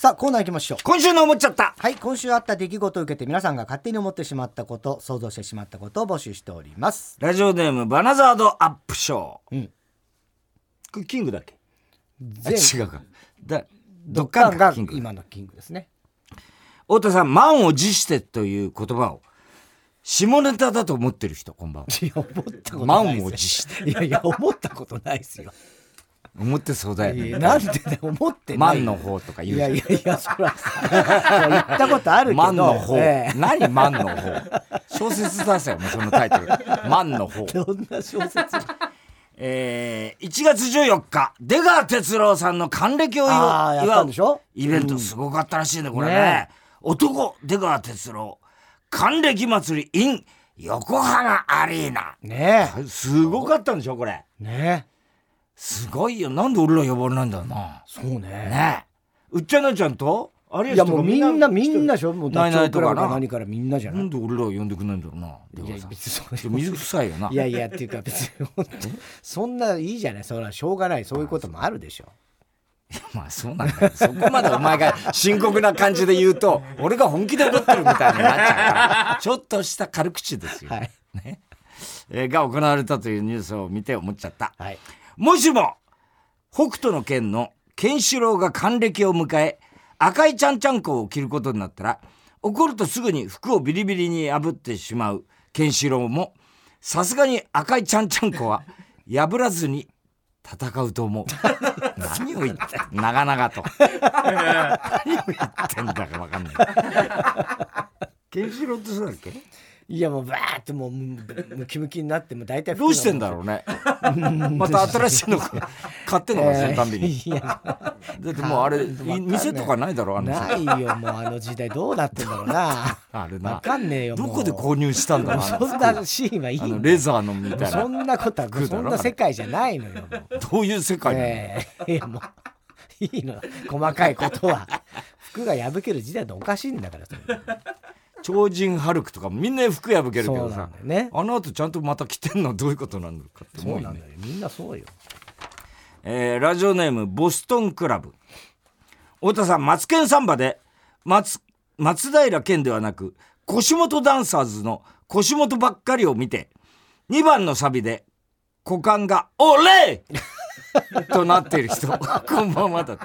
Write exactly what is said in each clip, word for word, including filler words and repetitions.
さあコーナー行きましょう。 今週の思っちゃった。 はい、今週あった出来事を受けて皆さんが勝手に思ってしまったこと、想像してしまったことを募集しております。 ラジオネームバナザードアップショー、うん、これキングだっけ？違うか。だドッカンが今のキングですね。 太田さん、満を持してという言葉を下ネタだと思ってる人、こんばんは。 いや、思ったことないです。 満を持していやいや、思ったことないですよ。 思ってそうだよね。 なんでだよ、思ってない。 満の方とか言うじゃん。 いやいやいや、そらさ言ったことあるけど。 満の方、 ええ、 何満の方。小説出せよ、もうそのタイトル。満の方。 どんな小説？ えー、いちがつじゅうよっか、出川哲朗さんの還暦を祝うイベント、すごかったらしいね、これね。ね、男出川哲朗還暦祭り in 横浜アリーナ。 ねえ、すごかったんでしょこれ。 ねえ、 すごいよ。なんで俺ら呼ばれないんだろうな。 そうね。 ねえ、うっちゃんなちゃんと有吉とか、 いやもうみんなみんなでしょ。もうダチョウ倶楽部か何からみんなじゃない。 なんで俺ら呼んでくれないんだろうな。 いや別にそれ水臭いよな。 いやいやっていうか別に本当そんないいじゃない。それはしょうがない。そういうこともあるでしょ。 いやまあそうなんだよ。そこまでお前が深刻な感じで言うと俺が本気で怒ってるみたいになっちゃうからちょっとした軽口ですよ、 はい、 ねえー、が行われたというニュースを見て思っちゃった、 はい、 もしも北斗の拳のケンシロウが還暦を迎え赤いちゃんちゃんこを着ることになったら、怒るとすぐに服をビリビリに破ってしまうケンシロウもさすがに赤いちゃんちゃんこは破らずに戦うと思う。何を言って長々と何を言ってんだか分かんない。ケンシロウってそうだっけ？ いやもうバーってもうムキムキになっても大体どうしてんだろうね。また新しいの買ってんのか、そのたんびに。いやだってもうあれ店とかないだろう。あのないよもうあの時代どうなってんだろうな。 あれな分かんねえよ。 どこで購入したんだろう。 そんなシーンはいい。 あのレザーのみたいな。 そんなことはそんな世界じゃないのよ。 どういう世界なの？ えー、いやもういいの細かいことは。服が破ける時代っておかしいんだから。 超人ハルクとかみんな服破けるけどさ、 ね、 あの後ちゃんとまた着てんのはどういうことなんだかって思うよね。 そうなんだよ、みんなそうよ。 えー、ラジオネームボストンクラブ。太田さん、マツケンサンバで 松, 松平健ではなく腰元ダンサーズの腰元ばっかりを見てにばんのサビで股間がオレーとなっている人こんばんはだって。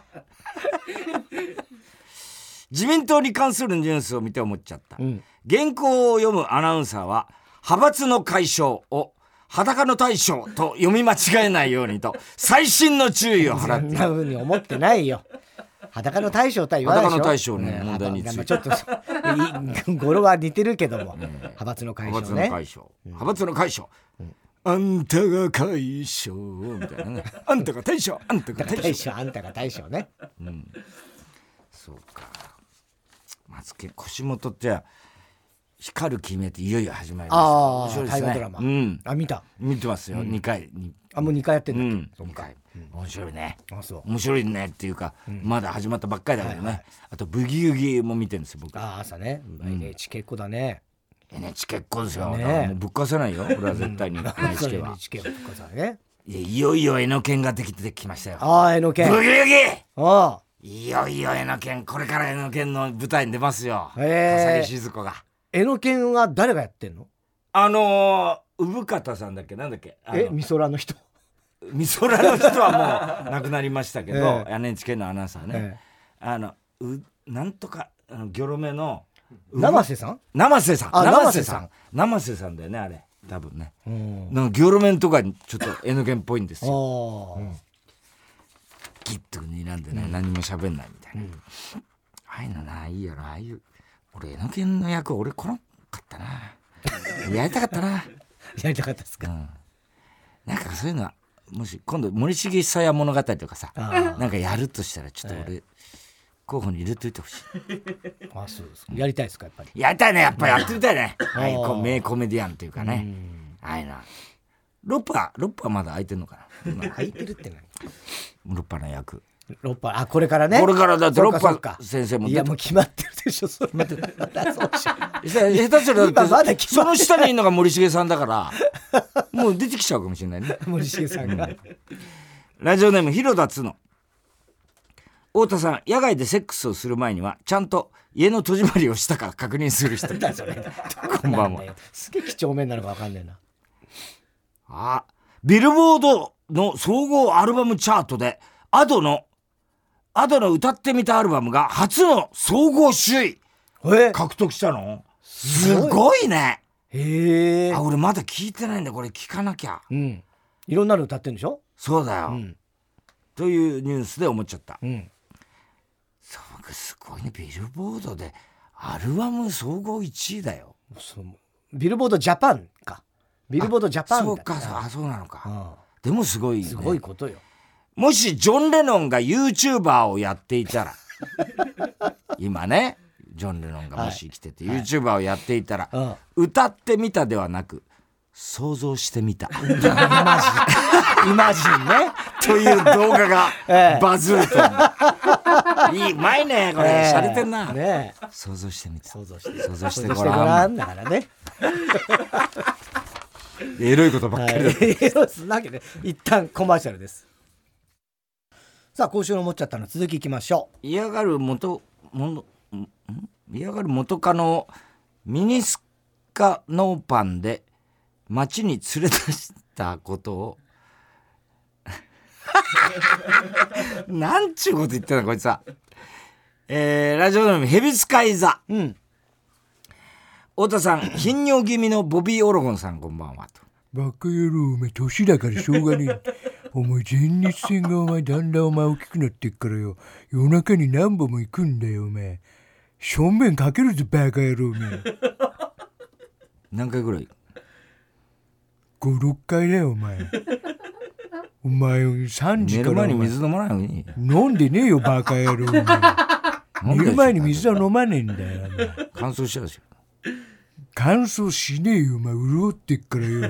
自民党に関するニュースを見て思っちゃった、うん、原稿を読むアナウンサーは派閥の解消を裸の大将と読み間違えないようにと細心の注意を払っている。 そんな風に思ってないよ。裸の大将とは言わないでしょ。 裸の大将の問題について、 ね、ちょっと語呂は似てるけども、ね、派閥の解消ね。 派閥の解消、うん、派閥の解消、うん、あんたが解消みたいなね。あんたが大将、あんたが大将、 あんたが大将ね、 うん、そうか。マツケン腰元って光る君へっていよいよ始まりました。 ああ、ね、大河ドラマ、 うん、 あ見た見てますよ、うん、にかい。 あもうにかいやってんだっけ、うん、 そうか、うん、面白いね。 あそう面白いねっていうか、うん、まだ始まったばっかりだけどね、はいはい、あとブギウギも見てるんですよ僕。 あ朝ね、うん、エヌエイチケー っ子だね。 エヌエイチケー っ子ですよ、ね、もうぶっかせないよ俺は絶対に。 エヌエイチケー は エヌエイチケー はぶっかせないね。いやいよいよエノケンができてきましたよ。 ああエノケンブギウギ、 ああいよいよエノケン、これからエノケンの舞台に出ますよ。 へ笠木静子が。 エノケンは誰がやってんの？ あのー、産方さんだっけ、なんだっけ、 え美空の人美空の人はもう亡くなりましたけど、えー、エヌエイチケー のアナウンサーね、えー、あのうなんとかあのギョロメの生瀬さん生瀬さん生瀬さん生瀬さんだよねあれ多分ね。なんかギョロメンとかにちょっとエノケンっぽいんですよ。ギッと睨んでね、うん、何も喋んないみたいな、うん、ああいうのないいよな。ああいう俺エノケンの役俺来なかったなやりたかったなやりたかったですか、うん、 なんかそういうのはもし今度森重久彌物語とかさなんかやるとしたらちょっと俺、えー、候補に入れといてほしい。 あそうですか。やりたいですか？やっぱりやりたいね。やっぱやってみたいね。はい、こう名コメディアンというかね、ああいうな。ロッパロッパまだ空いてんのかな空いてるって何？ロッパの役。 ロッパあこれからね。 これからだってロッパ先生もいやもう決まってるでしょ。それまたそうしよう。下手すらだってその下にいるのが森重さんだからもう出てきちゃうかもしれないね。 森重さんが。 ラジオネーム広田つの。 太田さん、野外でセックスをする前にはちゃんと家の戸締まりをしたか確認する人。 だそれこんばんは。 すげえ几帳面なのか分かんねえな。 あ、ビルボードの総合アルバムチャートでアドのアドの歌ってみたアルバムが初の総合首位獲得したの。すごいね。 へえ。 あ、俺まだ聞いてないんだ。これ聞かなきゃ。 うん。いろんなの歌ってんでしょ。 そうだよ、うん、というニュースで思っちゃった、 うん、 そうすごいね。ビルボードでアルバム総合いちいだよ。 そうビルボードジャパンか。ビルボードジャパンだ。 そうか、そう、あ、そうなのか、うん、でもすごい、ね、 すごいことよ。 もしジョン・レノンが YouTuber をやっていたら今ねジョン・レノンがもし生きてて、はい、YouTuber をやっていたら、はい、歌ってみたではなく想像してみたイマジンイマジンねという動画がバズると思う、ええ、いい、うまいねこれ、ええ、しゃれてんな、ね、想像してみた、 想像して想像してごらんだからねエロいことばっかりだ、はい、 エロすなきゃね。一旦コマーシャルです。さあ今週の思っちゃったの続きいきましょう。 嫌がる元もん嫌がる元カノをミニスカノーパンで街に連れ出したことをなんちゅうこと言ってんのこいつは。えー、ラジオネームヘビスカイザ、うん、太田さん、頻尿気味のボビー・オロゴンさん、こんばんはと。 バカ野郎、お前年だからしょうがねえお前前立腺がお前だんだんお前大きくなってっからよ、夜中に何本も行くんだよお前。しょんべんかけるぞバカ野郎お前。 何回ぐらい？ ご、ろっかいだよお前。お前さんじから寝る前に水飲まないのに飲んでねえよバカ野郎お前。寝る前に水は飲まねえんだよお前。 乾燥しちゃうし。 乾燥しねえよお前、潤ってっからよ。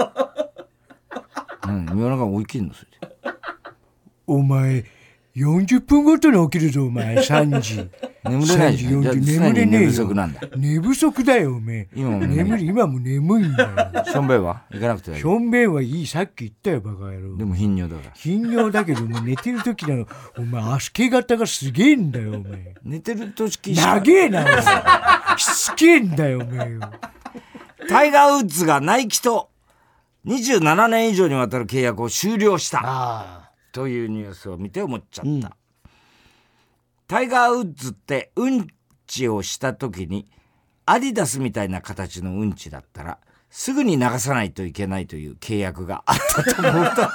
うん、夜中起きんのそれで。 お前よんじゅっぷんごとに起きるぞお前。さんじ眠れないじゃん。じゃあ眠れねえよ。 寝不足なんだ。 寝不足だよお前。今も眠り、今も眠いんだよ。 しょんべんは行かなくて大丈夫。しょんべんはいい、さっき言ったよバカ野郎。 でも頻尿だから。 頻尿だけども寝てる時なのお前、足毛型がすげえんだよお前。 寝てる時長えなお前。しつけえんだよお前よ。 タイガー・ウッズがナイキとにじゅうななねん以上にわたる契約を終了したというニュースを見て思っちゃった、うん、タイガー・ウッズってうんちをした時にアディダスみたいな形のうんちだったらすぐに流さないといけないという契約があったと思った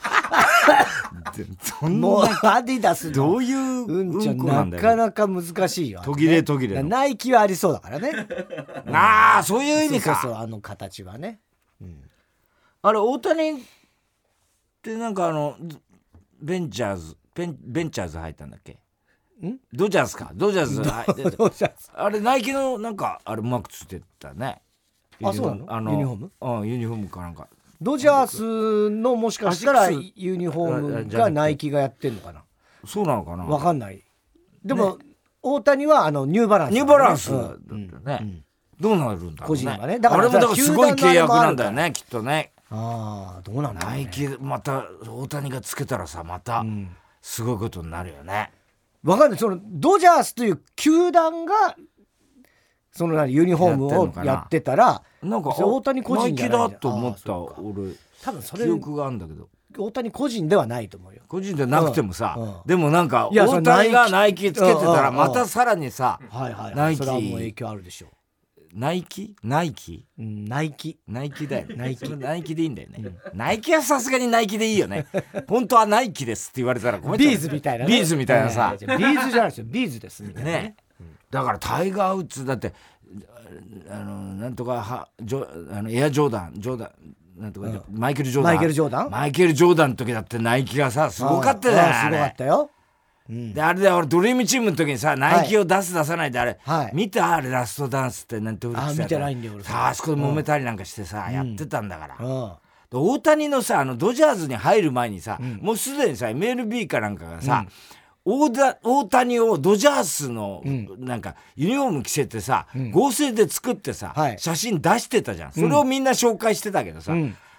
そんなもうアディダスどういううんちはなかなか難しいよ、ね、 途切れ途切れナイキはありそうだからねああそういう意味か。 そうそうそう、あの形はね、うん、 あれ大谷ってなんかあのベンチャーズベン、ベンチャーズ入ったんだっけ。んドジャースかドジャーズあれナイキのなんかあれマークついてたね。 あ、そうなの？ あのユニフォーム？ ああユニフォームかなんかドジャースのもしかしたらユニフォームがナイキがやってんのかな。 そうなのかな、 分かんない。でも、ね、大谷はあのニューバランス、 ね、ニューバランスだったね、うんうん、どうなるんだろうね個人はね。 だからあれもだからすごい契約なんだよねきっとね。 ああどうなんだろうね。 ナイキまた大谷がつけたらさまたすごいことになるよね、 うん、分かんない。そのドジャースという球団がそのユニフォームをやってたらなんか大谷個人じゃない。 ナイキだと思った俺多分それ記憶があるんだけど大谷個人ではないと思うよ。 個人でなくてもさ、うんうん、でもなんか大谷がナイキつけてたらまたさらにさ、 うんうんうん、はいはい、 ナイキそれはもう影響あるでしょう。 ナイキナイキ、 うん、ナイキナイキだよね。 ナイキそれナイキでいいんだよね、うん、ナイキはさすがにナイキでいいよね本当はナイキですって言われたらごめんなさいビーズみたいな、ね、 ビーズみたいなさ、 ビーズじゃないですよビーズですみたいな ね, ね、 うん、だからタイガー・ウッズだってあのなんとかはジョあのエアジョーダンジョーダンなんとか、うん、マイケル・ジョーダンマイケル・ジョーダンマイケル・ジョーダンの時だってナイキがさすごかったじゃない。 すごかったよ、 うん、であれで俺ドリームチームの時にさナイキを出す出さないであれ、はい、見たあれラストダンスってなんてあ見てないんだよ俺さあそこで揉めたりなんかしてさ、うん、やってたんだから、 うん、 大谷のさあのドジャーズに入る前にさ、うん、もうすでにさ エムエルビー かなんかがさ、うん、大, 大谷をドジャースのなんかユニフォーム着せてさ、うん、合成で作ってさ、はい、写真出してたじゃん。それをみんな紹介してたけどさ、うん、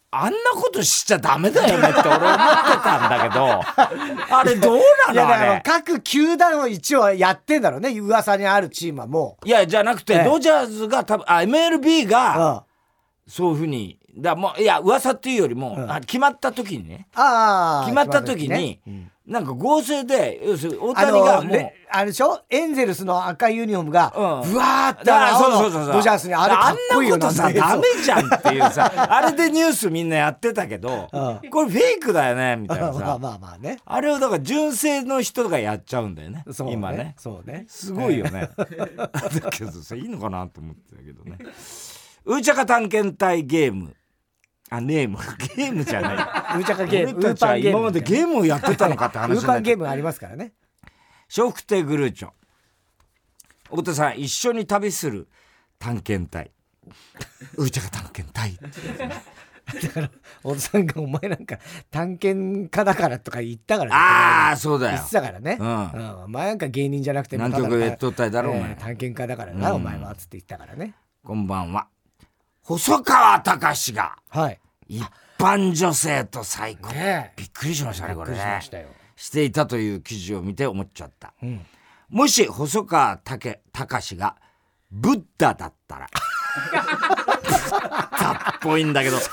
あんなことしちゃダメだよねって俺思ってたんだけどあれどうなの？いやだから各球団を一応やってんだろうね、噂にあるチームはもう。いやじゃなくて、ええ、ドジャーズが多分あ エムエルビー が、 うん、 そういうふうにだもういや噂っていうよりも、うん、あ決まった時にねあ決まった時に、ねうん、なんか合成で要するに大谷がもう あ, あれでしょ、エンゼルスの赤いユニフォームが、うん、ぶわーってそうそうそうそうドジャースにあれかっこいいよな。 あんなことさダメじゃんっていうさあれでニュースみんなやってたけど、うん、これフェイクだよねみたいなさまあまあまあね、 あれをだから純正の人がやっちゃうんだよね、 そうね今ね。 そうね、 すごいよねだけどさいいのかなと思ってたけどね。うーちゃか探検隊ゲームあネームゲームじゃないうーちゃかゲーム、 俺たちは今までゲームをやってたのかって話ウーパンゲームありますからね。 笑福亭グルーチョ、太田さん一緒に旅する探検隊うーちゃか探検隊だから太田さんがお前なんか探検家だからとか言ったから、ね、 ああそうだよ言ってたからね、うんうん、お前なんか芸人じゃなくて南極越冬隊だろ、えー、お前探検家だからな、うん、お前はつって言ったからね。 こんばんは。細川たかしが、 はい、 一般女性と再婚、 ね、 びっくりしましたねこれね。 びっくりしましたよ。 していたという記事を見て思っちゃった、 うん、 もし細川たかしがブッダだったらブッダっぽいんだけど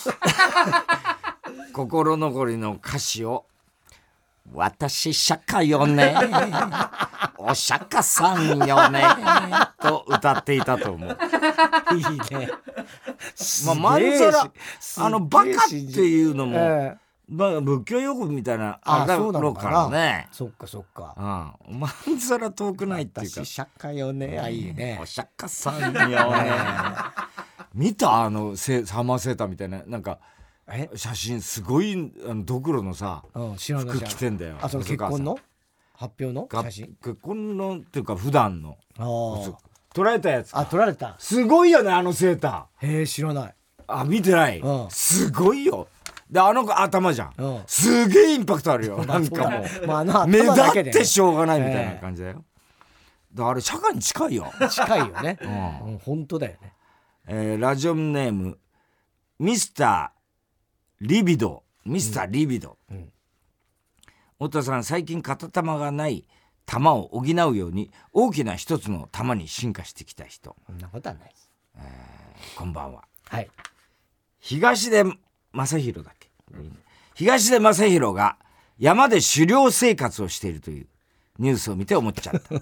心残りの歌詞を私釈迦よねお釈迦さんよねと歌っていたと思う。 いいね。 まあまんざらあのバカっていうのも、えーまあ、仏教用語みたいなあだろうからね。 そっかそっか、 うん、まんざら遠くないっていうか私釈迦よね、あいいねお釈迦さんよね見たあのサマーセーターみたいななんか写真すごいあのドクロのさ、 うん、知らない服着てんだよ。 あその結婚の発表の写真、 結婚のっていうか普段のあ撮られたやつ。 あ撮られた。 すごいよねあのセーター。へえ知らない。 あ見てない、 うん、 すごいよ。であの頭じゃん、うん、すげえインパクトあるよなんかもう、まあ、あの目立ってしょうがないみたいな感じだよ、えー、だあれ社会に近いよ近いよね、 うん、 本当だよね、 えー、ラジオネームミスターリビドミスターリビド、うんうん、太田さん最近片玉がない玉を補うように大きな一つの玉に進化してきた人。 そんなことはないです、 えー、こんばんは。 はい。 東出正宏だっけ、うん、東出正宏が山で狩猟生活をしているというニュースを見て思っちゃった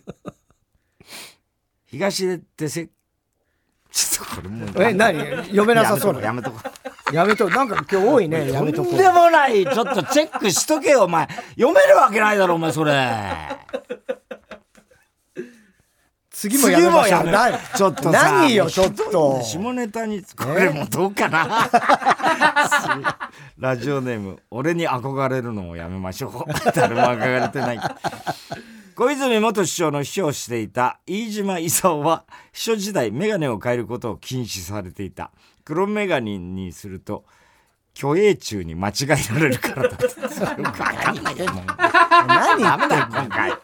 東出ってせちょっとこれもうえ何読めなさそうなやめとこやめとこなんか今日多いねやめとことんでもないちょっとチェックしとけよお前読めるわけないだろお前それ次もやめましょう。 ちょっとさ何よちょっと下ネタにこれもどうかなラジオネーム俺に憧れるのをやめましょう誰も憧れてない小泉元首相の秘書をしていた飯島勲は秘書時代メガネを変えることを禁止されていた。黒メガネにすると虚栄中に間違えられるからだって分かんないよもう何ダメだよ今回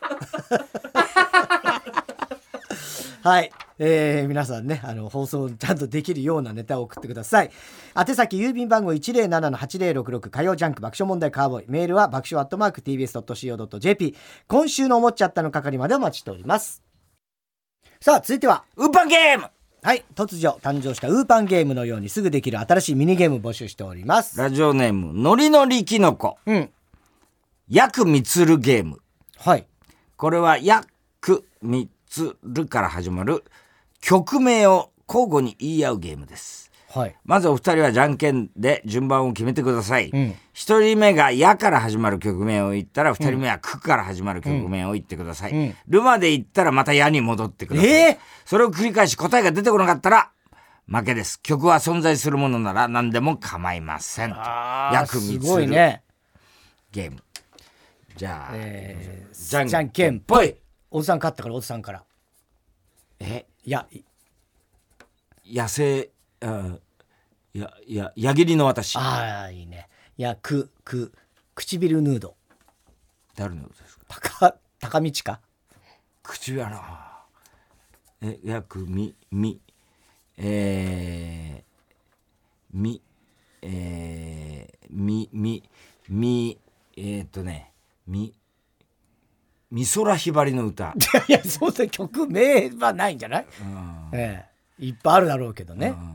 はい、えー、皆さんねあの放送ちゃんとできるようなネタを送ってください。宛先郵便番号 いちゼロななのはちゼロろくろく 火曜ジャンク爆笑問題カーボーイ。メールは爆笑アットマーク ティービーエスドットシーオードットジェーピー。 今週の思っちゃったの係までお待ちしております。さあ続いてはウーパンゲーム。 はい、突如誕生したウーパンゲームのようにすぐできる新しいミニゲームを募集しております。 ラジオネームのりのりきのこ、 うん、 やくみつるゲーム。 はい、 これはやくみつるから始まる曲名を交互に言い合うゲームです。 はい、 まずお二人はじゃんけんで順番を決めてください。 うん、 一人目がやから始まる曲名を言ったら二人目はくから始まる曲名を言ってください。 うん、 るまで言ったらまたやに戻ってください。 えー、 それを繰り返し答えが出てこなかったら負けです。曲は存在するものなら何でも構いません。やくみつるすごいねゲーム。じゃあ、 えー、 じゃんじゃんけんぽい。おじさん勝ったからおじさんから。 えいや野生あやや矢切の私。 ああいいね。いやくく唇ヌード。 誰のことですか。 高高道か。 口やな。えやくみみえー、みえー、みみみえー、っとねみ美空ひばりの歌。 いやいや、そうだ、曲名はないんじゃない、うん、ええ、いっぱいあるだろうけどね。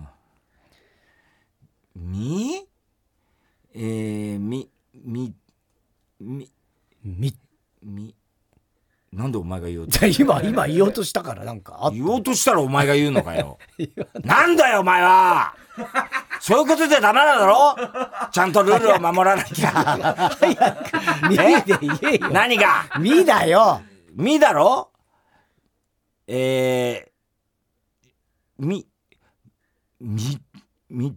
みえー、みみみみみなんでお前が言おうと今今言おうとしたから、なんかあった。 言おうとしたらお前が言うのかよ。なんだよお前は。そういうことでダメなんだろ。ちゃんとルールを守らなきゃ。 早くみで言えよ。 何がみだよ。 みだろ。えー、みみみ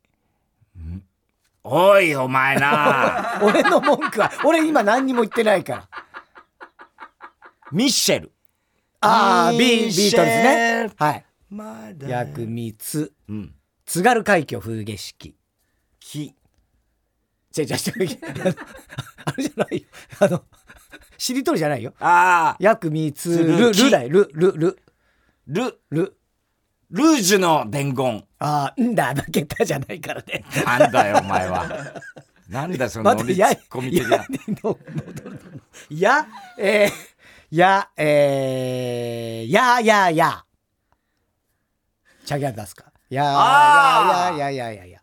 おいお前な。 俺の文句は、俺今何にも言ってないから。 ミッシェル。 ああ、ビー、ビートルズね。はい。 まだ薬蜜、 うん、 津軽海峡風景式。 き。 ちゃちゃちゃ、あれじゃないよ。あの、しりとりじゃないよ。 ああ。 薬蜜、ル、ルだよ、ル、ル、ル。 ル、 ル。 ルージュの伝言。 ああ、んだ、負けたじゃないからね。 なんだよ、お前は。なんだ、そのノリツッコミ的な。 いや、えー、や、えー、ややや。チャギャ出すか。ややややややや。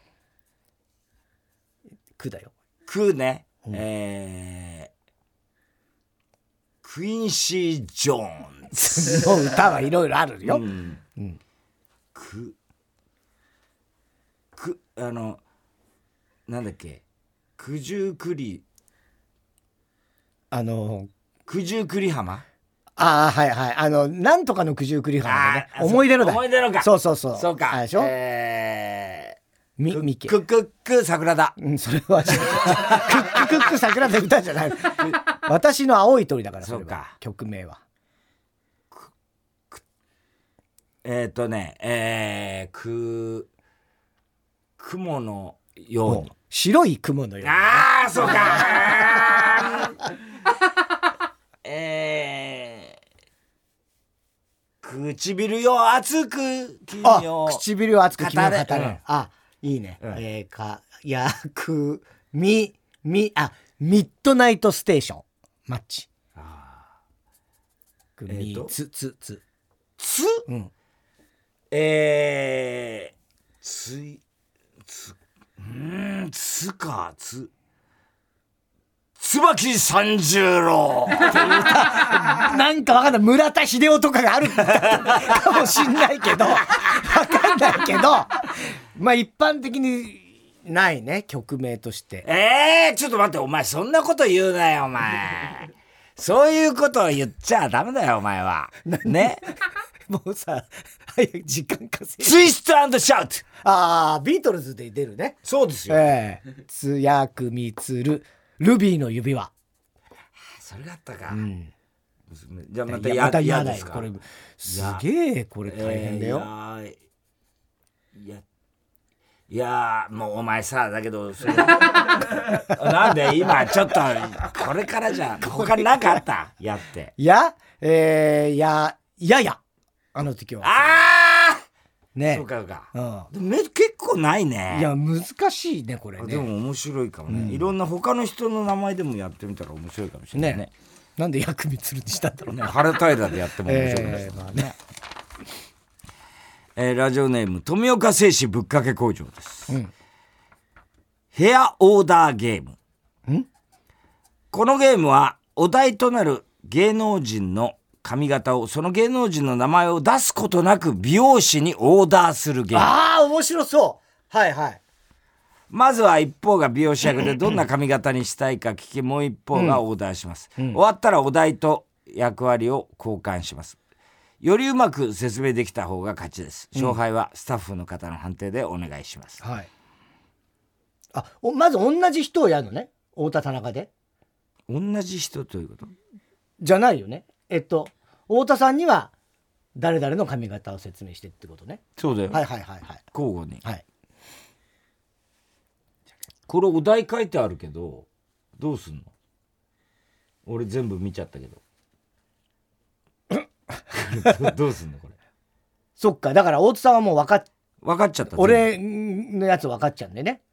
くだよ。 くね。うん、えー、クインシー・ジョーンズの歌はいろいろあるよ。 うんうん、く、く、あの、なんだっけ、九十九里、 あの、 九十九里浜。 ああ、はいはい。あの、なんとかの九十九里浜だね。思い出のだ。 思い出のか。 そうそうそう。 そうか。 あれでしょ。 えー、 み、みけ。 くくっく桜だ。 うん、それは、くっくくっく桜で歌じゃない。私の青い鳥だから、それは。そうか。曲名は。 えっ、ー、とね、えー、く、雲のように。 白い雲のように、ね。 ああ、そうか。えー、唇よ熱く君を。 あ、唇よ熱く君を語れ。うん、あ、いいね。うん、えー、か、やく、み、み、あ、ミッドナイトステーション。マッチ。あー。み、えー、つ、つ、つ。 つ？ うん。 えー、つい、つ、うーん、つか、つ、椿三十郎っていう歌、 なんかわかんない。村田秀夫とかがあるかもしんないけど、わかんないけど、まあ一般的にないね、曲名として。 えー、ちょっと待って、お前そんなこと言うなよ、お前。そういうことを言っちゃダメだよ、お前は。ね。 もうさ、早く時間稼いで。 ツイスト&シャウト。 ああ、ビートルズで出るね。 そうですよ。 ええー。つやくみつる、ルビーの指輪。 それがあったか。 うん、 じゃあまたや、またやですか。 これすげえこれ大変だよ。 えー、いや、いや、もうお前さ、だけどそれなんで今ちょっとこれからじゃ他に何かあったやって。 いや、えー、ややや。あの時は。 ああね。 そうかそうか。 うん。 でも結構ないね。 いや難しいねこれね。 でも面白いかもね、うん。いろんな他の人の名前でもやってみたら面白いかもしれないね。ね、 なんで薬味つるにしたんだろうね。 原平でやっても面白いです、えーまあねえー、ラジオネーム富岡製紙ぶっかけ工場です。うん、ヘアオーダーゲーム。んこのゲームはお題となる芸能人の髪型をその芸能人の名前を出すことなく美容師にオーダーするゲーム。 ああ面白そう。はいはい。 まずは一方が美容師役でどんな髪型にしたいか聞き、もう一方がオーダーします、うん、終わったらお題と役割を交換します。よりうまく説明できた方が勝ちです。勝敗はスタッフの方の判定でお願いします、 うん、はい。あ、まず同じ人をやるのね。太田田中で同じ人ということじゃないよね。えっと太田さんには誰々の髪型を説明してってことね。 そうだよ。 はいはいはいはい。 交互に。 はい。 これお題書いてあるけどどうすんの？俺全部見ちゃったけどどうすんのこれ。 そっか、だから大津さんはもう分かっ分かっちゃった。 俺のやつ分かっちゃうんでね。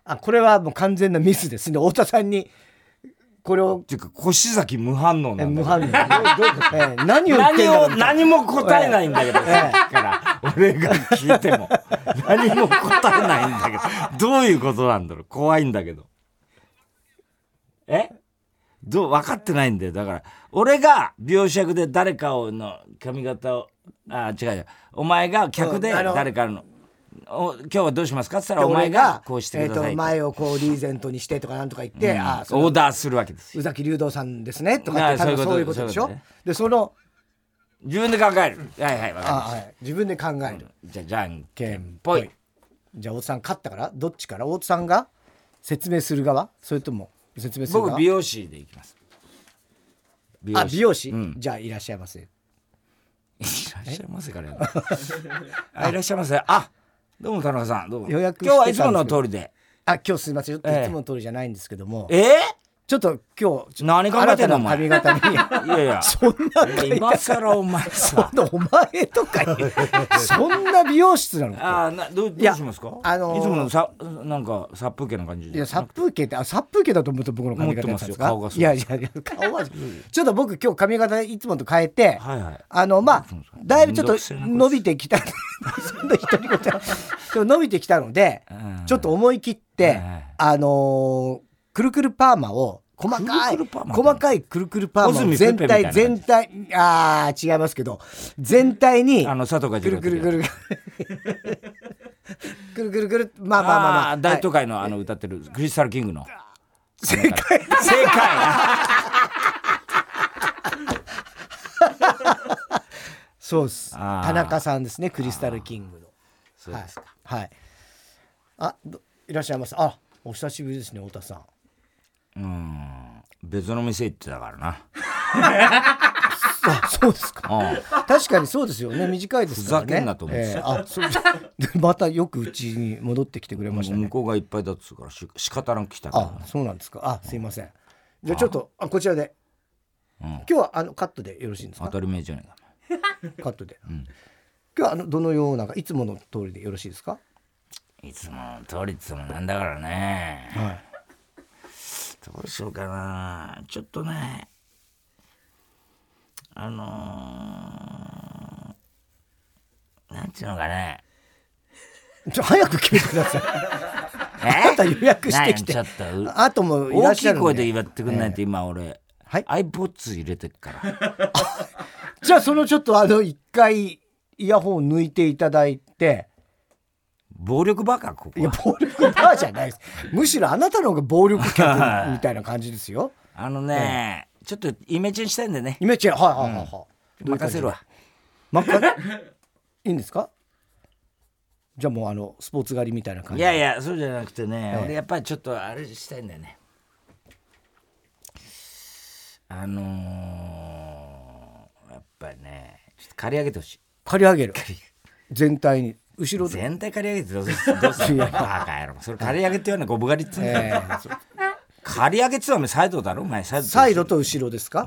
あこれはもう完全なミスですね。太田さんにこれをっていうか越崎無反応なんだ無反応どうどういうことえー何を言ってん何をだろうみたいな何も答えないんだけど、さっきから俺が聞いても何も答えないんだけど、どういうことなんだろう、怖いんだけど。えどう分かってないんだよ。だから俺が描写で誰かをの髪型をあ違うよ、お前が客で誰かのお今日はどうしますかって言ったらお前がこうしてください、 えー、と前をこうリーゼントにしてとかなんとか言って、うん、あオーダーするわけですよ。 宇崎竜童さんですねとかって多分そういうことでしょ。でその自分で考える。はいはい、分かりました。 はい、自分で考える、 うん、じゃあじゃんけんぽい。 じゃあ大津さん勝ったからどっちから、大津さんが説明する側それとも説明する側。 僕美容師でいきます。 美容師。あ美容師、 うん、 じゃあいらっしゃいませ。いらっしゃいませからやあいらっしゃいませ。あどうも田中さんどうも。 予約今日はいつもの通りで。 あ今日すみませんちょっといつもの通りじゃないんですけども。 えー、 ちょっと今日何考えてんのお前。 髪型にいやいやそんな今更お前さそんなお前とかそんな美容室なのか。 あなど, どうしますか。あのー、いつものさなんか殺風景な感じで。 いや殺風景ってあ殺風景だと思うと僕の髪型だったんですか。 顔がいやいやいや顔はちょっと僕今日髪型いつもと変えて、 はいはい、 あのまあだいぶちょっと伸びてきたそんな人にことは伸びてきたのでちょっと思い切ってあのー、くるくるパーマを細かい細かいくるくるパーマを全体全体あー違いますけど全体にあの佐藤がくるくるくるくるくるくるまあまあまあまあ大都会のあの歌ってるクリスタルキングの正解正解そうです田中さんですねクリスタルキングの。 そうですか。 はい、はい、あいらっしゃいます。あお久しぶりですね太田さん。 うん別の店行ってたからなあそうですか。確かにそうですよね短いですからね。 ふざけんなと思って、 えー、あそうまたよくうちに戻ってきてくれましたね。 向こうがいっぱいだっつうからし仕方なく来たから、ね、 あそうなんですか。あすいません。じゃあちょっとあこちらで、うん、今日はあのカットでよろしいんですか。 当たり前じゃないかカットで、 うん、 今日はあのどのようないつもの通りでよろしいですか。 いつもの通りっつうのなんだからね、 はい、 どうしようかな。ちょっとねあのー、なんていうのかねちょ早く決めてくださいあなた予約してきてちょっとあともいらっしゃるんで大きい声で言ってくんないと、えー、今俺、はい、iPods 入れてっからじゃあそのちょっとあの一回イヤホン抜いていただいて。 暴力バカここは。 いや暴力バカじゃないですむしろあなたの方が暴力客みたいな感じですよあのね、えー、ちょっとイメチェンしたいんでね。 イメチェンはいはいはいはい、 うん、任せるわ。 任せいいんですか。じゃあもうあのスポーツ狩りみたいな感じ。 いやいやそうじゃなくてね、 えー、 俺やっぱりちょっとあれしたいんだよね。あのー、やっぱりねちょっと刈り上げてほしい。 刈り上げる全体に後ろ全体刈り上げてどうするどうするバカ野郎それ刈り上げって言うのはゴブ刈りっつうんだよ、えー、刈り上げって言うのはサイドだろお前。サイドとサイドと後ろですか。 うん、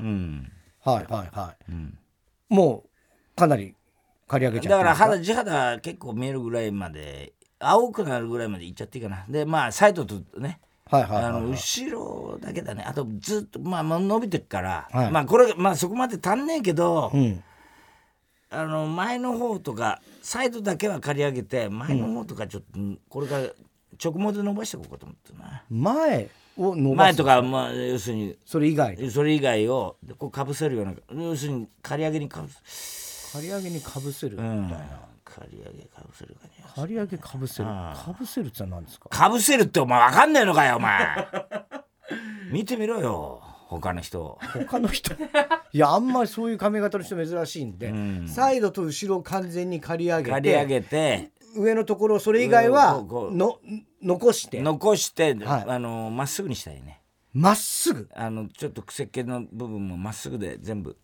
はいはいはい、うん、もうかなり刈り上げちゃってだから肌地肌結構見えるぐらいまで青くなるぐらいまでいっちゃっていいかな。でまあサイドとねはいはいはいはい、あの後ろだけだね。あとずっとまあ伸びてるから、はい、まあこれまあそこまで足んねえけど、うん、あの前の方とかサイドだけは刈り上げて前の方とかちょっとこれから直毛で伸ばしていこうかと思ってな。 前を伸ばす前とか、まあ、要するにそれ以外それ以外をこうかぶせるような要するに刈り上げにかぶ刈り上げにかぶせるみたいな、うん、 刈り上げかぶせるかね。 刈り上げかぶせるかぶせるって何ですか。 かぶせるってお前分かんねえのかよお前見てみろよ他の人他の人いやあんまりそういう髪型の人珍しいんで、うん、サイドと後ろを完全に刈り上げて刈り上げて上のところそれ以外はの残して残して、はい、あのまっすぐにしたいね。 まっすぐあのちょっと癖っ気の部分もまっすぐで全部。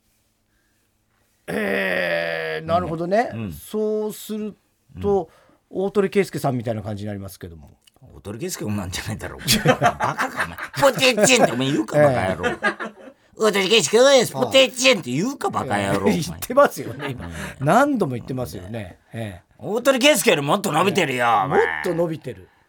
えー、なるほどね、うん、そうすると、うん、大鳥圭介さんみたいな感じになりますけども。 大鳥圭介もなんじゃないだろうバカかお前ポテッチンってお前言うかバカ野郎、えー、大鳥圭介ですポテッチンって言うかバカ野郎、 言ってますよね今、うん、何度も言ってますよね、えー、 大鳥圭介よりもっと伸びてるよ、 もっと伸びてる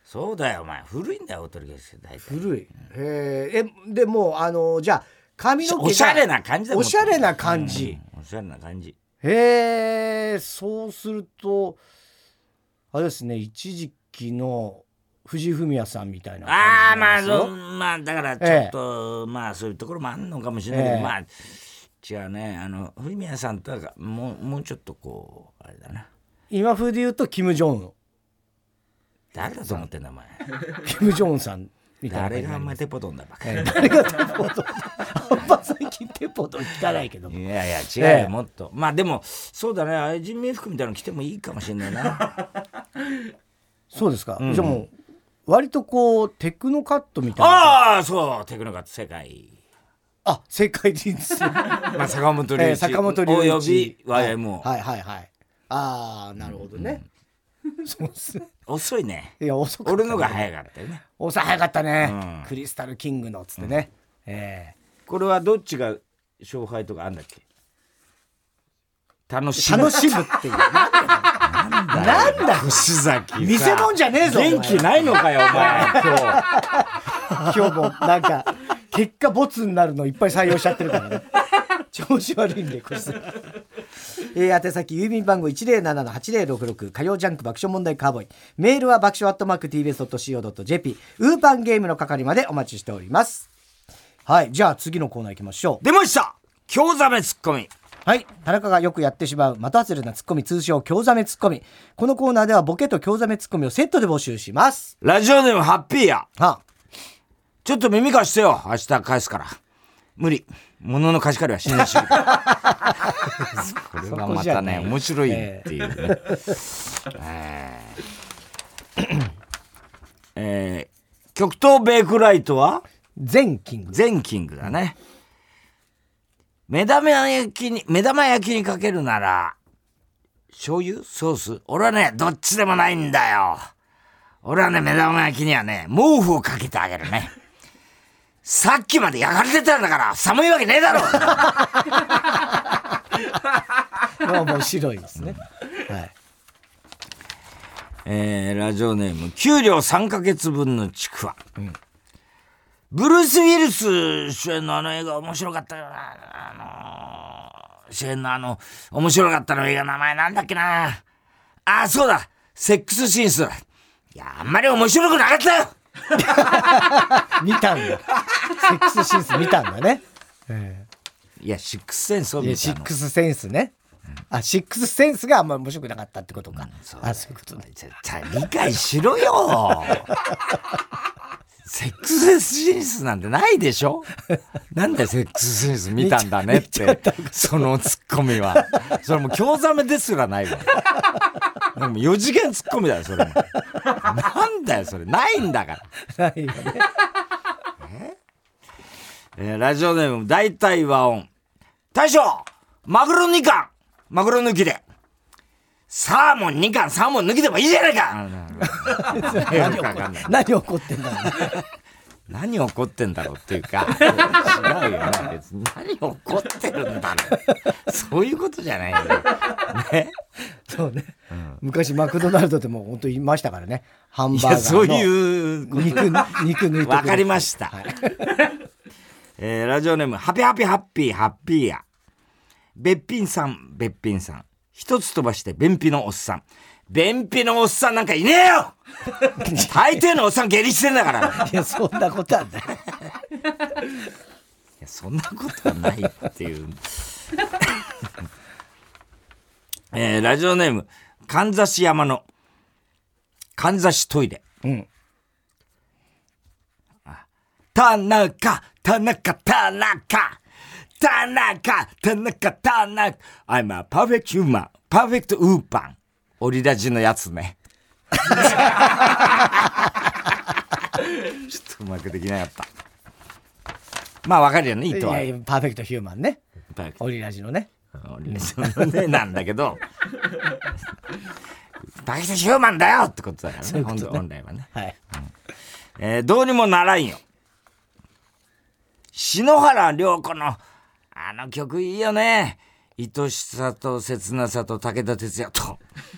そうだよお前古いんだよ大鳥圭介大体古い、へええでもうあのじゃあ髪の毛がおしゃれな感じだもんおしゃれな感じ、 うん、おしゃれな感じへえそうするとあれですね一時期の藤井フミヤさんみたいなああまあ感じなんですよ。 そうまあだからちょっと、ええ、まあそういうところもあんのかもしれないけど、ええ、まあ違うねあのフミヤさんとはもうもうちょっとこうあれだな今風で言うとキム・ジョンウン誰だと思ってんだお前キム・ジョンウンさんみたいな誰がお前テポドンだバカ、 ええ、誰がテポドンあんま最近テポドン聞かないけどいやいや違うよ、ええ、もっとまあでもそうだねあれ人民服みたいなの着てもいいかもしれないなそうですか、 うん、 じゃあもう割とこうテクノカットみたいなああそうテクノカット世界あ世界人数まあ坂本龍一、 えー、坂本龍一および ワイエムオーはいはいはいはいああなるほどね、うん、そうですね遅いねいや遅かった、ね、 俺のが早かったよね遅早かったね、うん、クリスタルキングのっつってね、うん、えー、これはどっちが勝敗とかあんだっけ楽しむ楽しむっていうなんだなんだ星崎見せ物じゃねえぞ元気ないのかよお前今日今日もなんか結果ボツになるのいっぱい採用しちゃってるからね調子悪いんでこれえー、宛先郵便番号 いちゼロななのはちゼロろくろく 火曜ジャンク爆笑問題カーボーイメールは爆笑アットマーク ティービーエスドットシーオードットジェーピー ウーパンゲームの係までお待ちしております。はいじゃあ次のコーナー行きましょう。 出ました興ざめツッコミ。 はい田中がよくやってしまう的外れなツッコミ通称興ざめツッコミ。このコーナーではボケと興ざめツッコミをセットで募集します。 ラジオネームハッピーやはあちょっと耳貸してよ明日返すから無理物の貸し借りはしないしこれはまたね面白いっていうねえーえー、極東ベイクライトは全キング全キングだね。目玉焼きに目玉焼きにかけるなら醤油ソース俺はねどっちでもないんだよ。俺はね目玉焼きにはね毛布をかけてあげるね。さっきまで焼かれてたんだから寒いわけねえだろ面白いですね、はいえー、ラジオネーム給料さんかげつぶんのちくわ、うん、ブルース・ウィルス主演のあの映画面白かったよな。あのー、主演のあの面白かったの映画名前なんだっけなあ。そうだセックスシーンス。いやあんまり面白くなかったよ見たんだセックスシンス見たんだね、えー、いやシックスセンスを見たの。 シックスセンスね、うん、あシックスセンスがあんまり面白くなかったってことか、うん、そうあそういうことね。 絶対理解しろよセックスセンスなんてないでしょなんでセックスセンス見たんだねってそのツッコミはそれもう興ざめですらないわでもよ次元ツッコミだよそれもなんだよそれないんだからないよねええー、ラジオネーム大体和音大将マグロにかんマグロ抜きでサーモンにかんサーモン抜きでもいいじゃないか何, 何怒ってんだろう何怒ってんだろうっていうか違うよね別に何怒ってるんだろうそういうことじゃないよねそうね、うん、昔マクドナルドでも本当にいましたからねハンバーガーのそういう肉肉抜いてわかりました、はいえー、ラジオネームハピハピハッピーハッピーやべっぴんさんべっぴんさん一つ飛ばして便秘のおっさん便秘のおっさんなんかいねえよ大抵のおっさん下痢してんだからいやそんなことはないいやそんなことはないっていうえー、ラジオネームかんざし山のかんざしトイレ、うん、田中田中田中田中田中田中 I'm a perfect human perfect ウーパンオリラジのやつねちょっとうまくできなかったまあわかるよね意図は。 いやいやパーフェクトヒューマンねオリラジのねオリラジのねなんだけどパーフェクトヒューマンだよってことだからね本来はね、はいうんえー、どうにもならんよ篠原涼子のあの曲いいよね愛しさと切なさと武田鉄矢と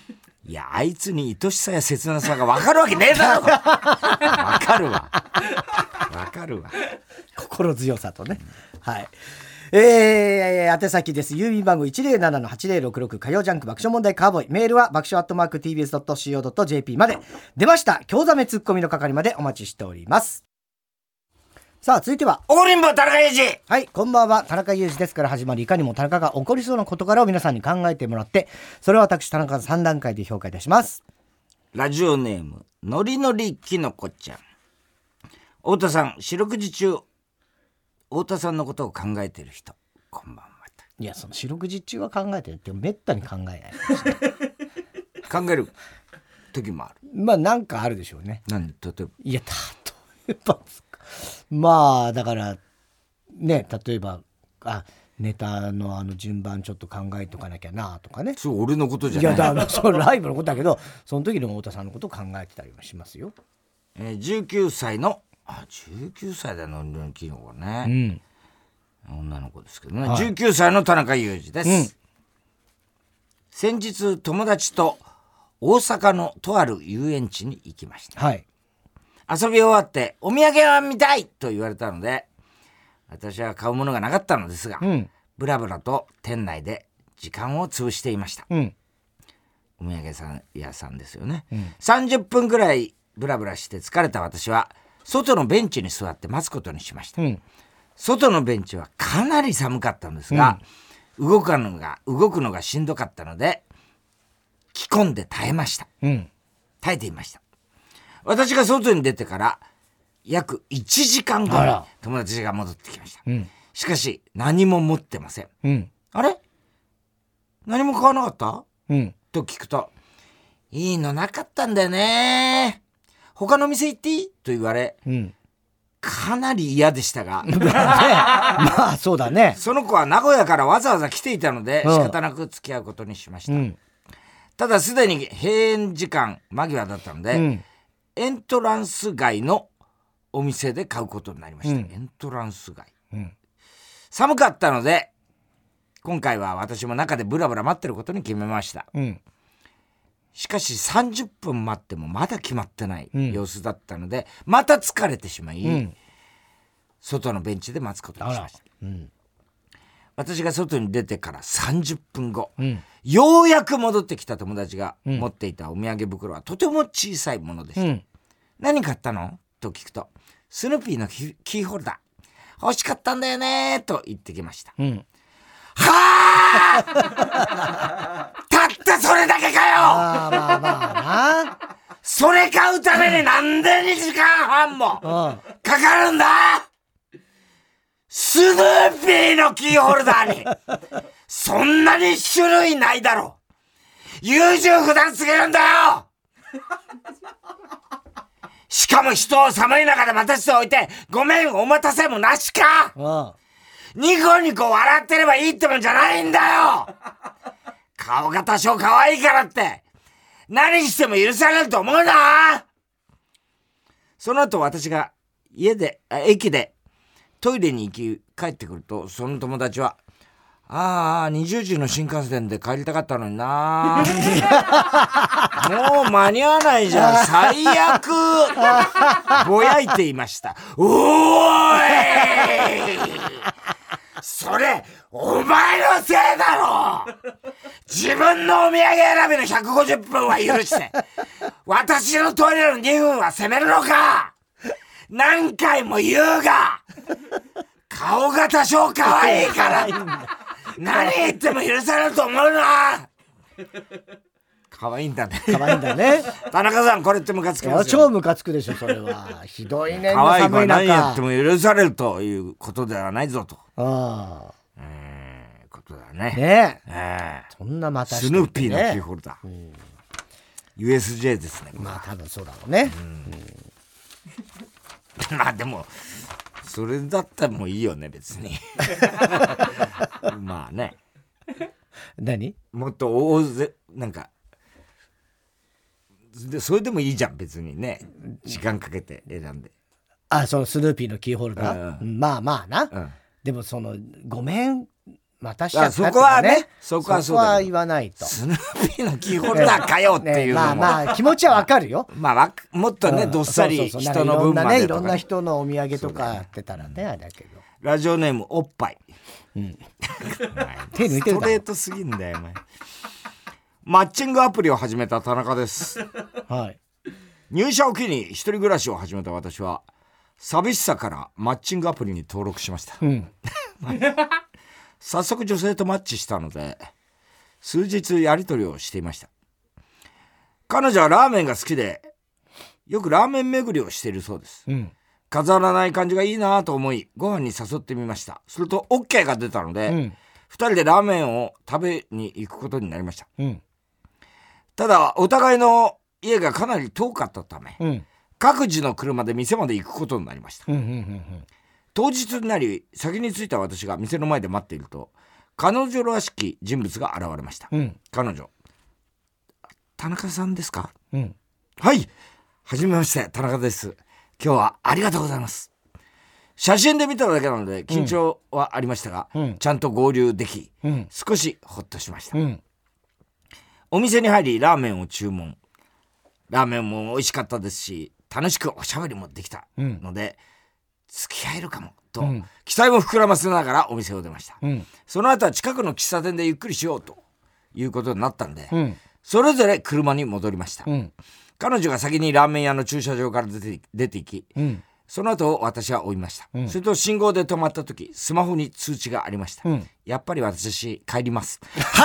いやあいつに愛しさや切なさが分かるわけねえだろ。分かるわ分かるわ。 心強さとね、はい。えー、宛先です。郵便番号 いちまるななのはちまるろくろく 火曜ジャンク爆笑問題カーボーイ。メールは爆笑アットマーク ティービーエスドットシーオードットジェーピー まで。出ました。京ざめツッコミの係までお待ちしております。さあ続いては怒りんぼ田中裕二。 はい、こんばんは。田中裕二ですから始まり、いかにも田中が起こりそうな事柄を皆さんに考えてもらって、それを私田中がさん段階で評価いたします。 ラジオネームのりのりきのこちゃん。太田さん、四六時中太田さんのことを考えてる人、こんばんは。 いや、その四六時中は考えてるってめったに考えない、ね、 考える時もある。 まあなんかあるでしょうね。 なんで例えば。 いや例えばまあだからね、例えばあネタのあの順番ちょっと考えとかなきゃなとかね。 そう俺のことじゃない。 いやだからそうライブのことだけど、その時の太田さんのことを考えてたりはしますよ。 えー、じゅうきゅうさいのあじゅうきゅうさいだのりのりきの子ね、うん、女の子ですけどね、はい、じゅうきゅうさいの田中裕二です、うん、先日友達と大阪のとある遊園地に行きました、はい、遊び終わってお土産は見たいと言われたので、私は買うものがなかったのですが、うん、ブラブラと店内で時間を潰していました、うん、お土産屋さんですよね、うん、さんじゅっぷんぐらいブラブラして疲れた私は外のベンチに座って待つことにしました、うん、外のベンチはかなり寒かったんですが、うん、動くのが動くのがしんどかったので着込んで耐えました、うん、耐えていました。私が外に出てから約いちじかんごに友達が戻ってきました、うん、しかし何も持ってません、うん、あれ何も買わなかった、うん、と聞くと、いいのなかったんだよね、他の店行っていいと言われ、うん、かなり嫌でしたがまあそうだね。 その子は名古屋からわざわざ来ていたので、うん、仕方なく付き合うことにしました、うん、ただすでに閉園時間間際だったので、うん、エントランス街のお店で買うことになりました、うん、エントランス街、うん、寒かったので今回は私も中でブラブラ待ってることに決めました、うん、しかしさんじゅっぷん待ってもまだ決まってない様子だったので、うん、また疲れてしまい、うん、外のベンチで待つことにしました、うん、私が外に出てからさんじゅっぷんご、うん、ようやく戻ってきた友達が持っていたお土産袋はとても小さいものでした、うん、何買ったのと聞くと、スヌーピーのキーホルダー欲しかったんだよねと言ってきました、うん、はあたったそれだけかよ。まあまあまあな。それ買うためになんでにじかんはんもかかるんだ。スヌーピーのキーホルダーにそんなに種類ないだろ。優柔不断すぎるんだよ。しかも人を寒い中で待たせておいてごめんお待たせもなしか。ニコニコ笑ってればいいってもんじゃないんだよ。顔が多少可愛いからって何しても許されると思うな。その後私が家で駅でトイレに行き帰ってくると、その友達はああにじゅうじの新幹線で帰りたかったのになもう間に合わないじゃん最悪ぼやいていました。おーいそれお前のせいだろ。自分のお土産選びのひゃくごじゅっぷんは許して私のトイレのにふんは責めるのか。何回も言うが顔が多少可愛いから何言っても許されると思うな。可愛いんだね。 可愛いんだね。 田中さんこれってムカつきますよ。 超ムカつくでしょそれは。ひどいね。 可愛いから何やっても許されるということではないぞと。ああ。えー、ことだね。 ねえ。えー、そんなまた、ね、 スヌーピーのキーホルダー。うん、ユーエスジェー ですね。 まあ多分そうだろうね。 うん、まあでもそれだったらもういいよね別に。まあね。 何？ もっと大勢なんか。でそれでもいいじゃん別にね。時間かけて選んで。 あ、そのスヌーピーのキーホルダー、うん、まあまあな、うん、でもそのごめんまたしちゃったとかね。 そこはね、そこはそうだけど。 そこは言わないと。 スヌーピーのキーホルダーかよっていうのも、 ね、まあまあ気持ちはわかるよ。 まあわもっとね、うん、どっさり人の分までとか、ね、 いろんな人のお土産とかやってたらね、あれだけど。 ラジオネームおっぱい。うん、 手抜いてるストレートすぎんだよお前。マッチングアプリを始めた田中です。 はい。 入社を機に一人暮らしを始めた私は寂しさからマッチングアプリに登録しました、うん、早速女性とマッチしたので数日やり取りをしていました。彼女はラーメンが好きでよくラーメン巡りをしているそうです、うん、飾らない感じがいいなと思いご飯に誘ってみました。すると OK が出たので、うん、ふたりでラーメンを食べに行くことになりました、うん、ただお互いの家がかなり遠かったため、うん、各自の車で店まで行くことになりました、うんうんうんうん、当日になり先に着いた私が店の前で待っていると彼女らしき人物が現れました、うん、彼女田中さんですか、うん、はいはじめまして田中です。今日はありがとうございます。写真で見ただけなので緊張はありましたが、うん、ちゃんと合流でき、うん、少しほっとしました、うん、お店に入りラーメンを注文。ラーメンも美味しかったですし楽しくおしゃべりもできたので、うん、付き合えるかもと、うん、期待も膨らませながらお店を出ました、うん、その後は近くの喫茶店でゆっくりしようということになったんで、うん、それぞれ車に戻りました、うん、彼女が先にラーメン屋の駐車場から出て、出て行き、うん、その後私は追いました、うん、それと信号で止まった時スマホに通知がありました、うん、やっぱり私帰ります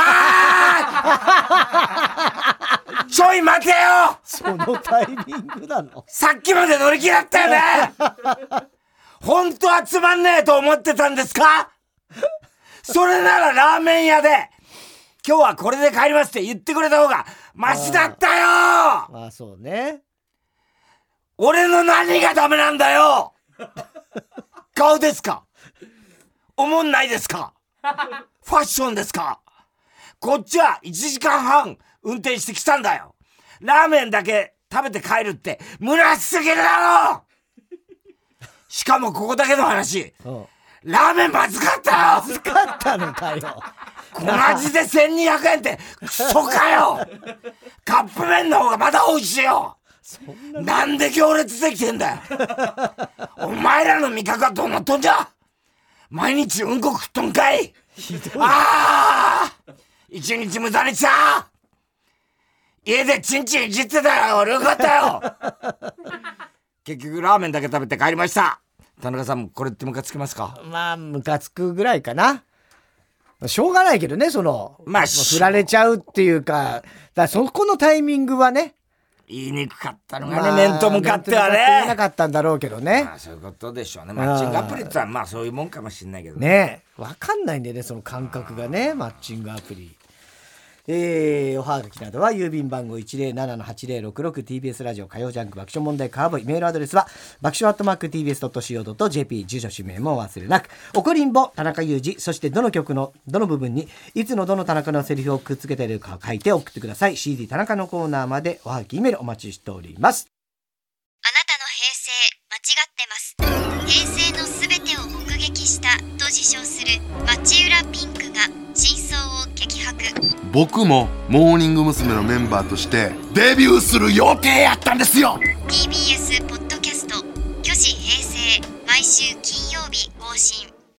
はーちょい待てよそのタイミングなのさっきまで乗り気だったよね本当はつまんねえと思ってたんですかそれならラーメン屋で今日はこれで帰りますって言ってくれた方がマシだったよ。ああそうね。 俺の何がダメなんだよ顔ですかおもんないですかファッションですかこっちはいちじかんはん運転してきたんだよ。ラーメンだけ食べて帰るって虚しすぎるだろしかもここだけの話、うん、ラーメンまずかったよ。 まずかったのかよこの味でせんにひゃくえんってクソかよカップ麺の方がまだ美味しいよ。な, なんで行列できてんだよお前らの味覚はどうなっとんじゃ。毎日うんこ食っとんかい。ああ一日無駄にした家でチンチンいじってたよ。俺よかったよ結局ラーメンだけ食べて帰りました。田中さんもこれってムカつきますか。 まあムカつくぐらいかな。しょうがないけどねそのまあ振られちゃうっていうか、だからそこのタイミングはね言いにくかったのがね、まあ、面と向かってはね言えなかったんだろうけどね。 まあそういうことでしょうね。マッチングアプリってのはまあそういうもんかもしれないけどね。ねえ分かんないんだよねその感覚がねマッチングアプリ。えー、おはがきなどは郵便番号 いちゼロななのはちゼロろくろく ティービーエス ラジオ火曜ジャンク爆笑問題カーボーイメールアドレスは爆笑アットマーク ティービーエスドットシーオードットジェーピー 住所氏名も忘れなく。おこりんぼ田中裕二そしてどの曲のどの部分にいつのどの田中のセリフをくっつけているかを書いて送ってください。 シーディー 田中のコーナーまでおはがきメールお待ちしております。 あなたの平成間違ってます。平成のすべてを目撃したと自称する町浦ピンクが真相を激白。 僕もモーニング娘。のメンバーとしてデビューする予定やったんですよ。 ティービーエス ポッドキャスト虚子平成毎週金曜日更新。